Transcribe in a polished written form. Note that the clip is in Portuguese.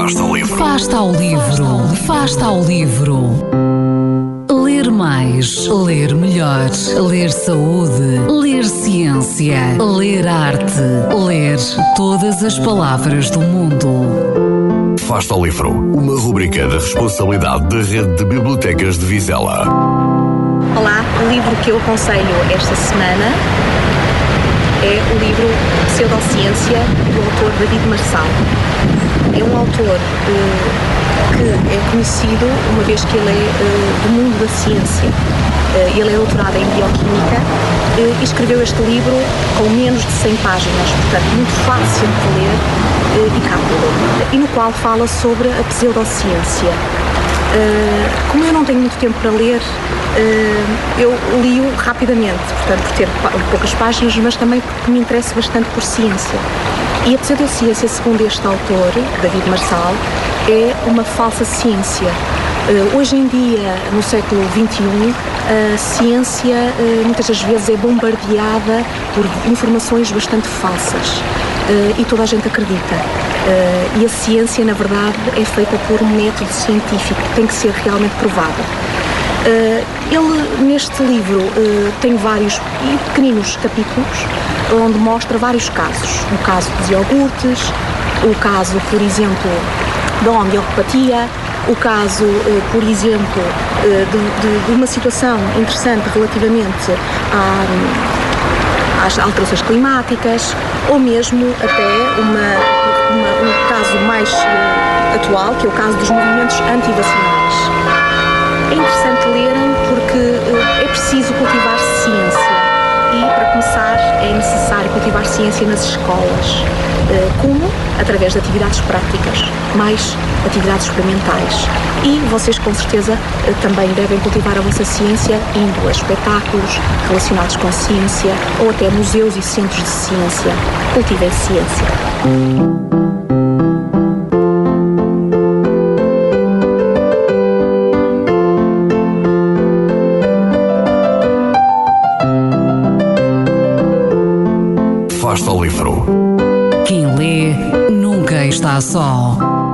Afasta ao livro. Afasta ao livro. Afasta ao livro. Ler mais, ler melhor, ler saúde, ler ciência, ler arte, ler todas as palavras do mundo. Afasta ao livro, uma rubrica da responsabilidade da Rede de Bibliotecas de Vizela. Olá, o livro que eu aconselho esta semana é o livro Pseudociência, do autor David Marçal. É um autor que é conhecido, uma vez que ele é do mundo da ciência. Ele é doutorado em Bioquímica e escreveu este livro com menos de 100 páginas, portanto muito fácil de ler e rápido, e no qual fala sobre a pseudociência. Como eu não tenho muito tempo para ler, eu li-o rapidamente, portanto por ter poucas páginas, mas também porque me interesso bastante por ciência. E a pseudociência, segundo este autor, David Marçal, é uma falsa ciência. Hoje em dia, no século XXI, a ciência muitas das vezes é bombardeada por informações bastante falsas e toda a gente acredita. E a ciência, na verdade, é feita por um método científico que tem que ser realmente provado. Ele, neste livro, tem vários pequeninos capítulos onde mostra vários casos. O caso dos iogurtes, o caso, por exemplo, da homeopatia, o caso, por exemplo, de uma situação interessante relativamente às alterações climáticas, ou mesmo até um caso mais atual, que é o caso dos movimentos antivacinais. É interessante lerem porque é preciso cultivar ciência e, para começar, é necessário cultivar ciência nas escolas. Como? Através de atividades práticas, mais atividades experimentais. E vocês, com certeza, também devem cultivar a vossa ciência indo a espetáculos relacionados com ciência ou até museus e centros de ciência. Cultivem ciência. Afasta ao livro. Quem lê nunca está só.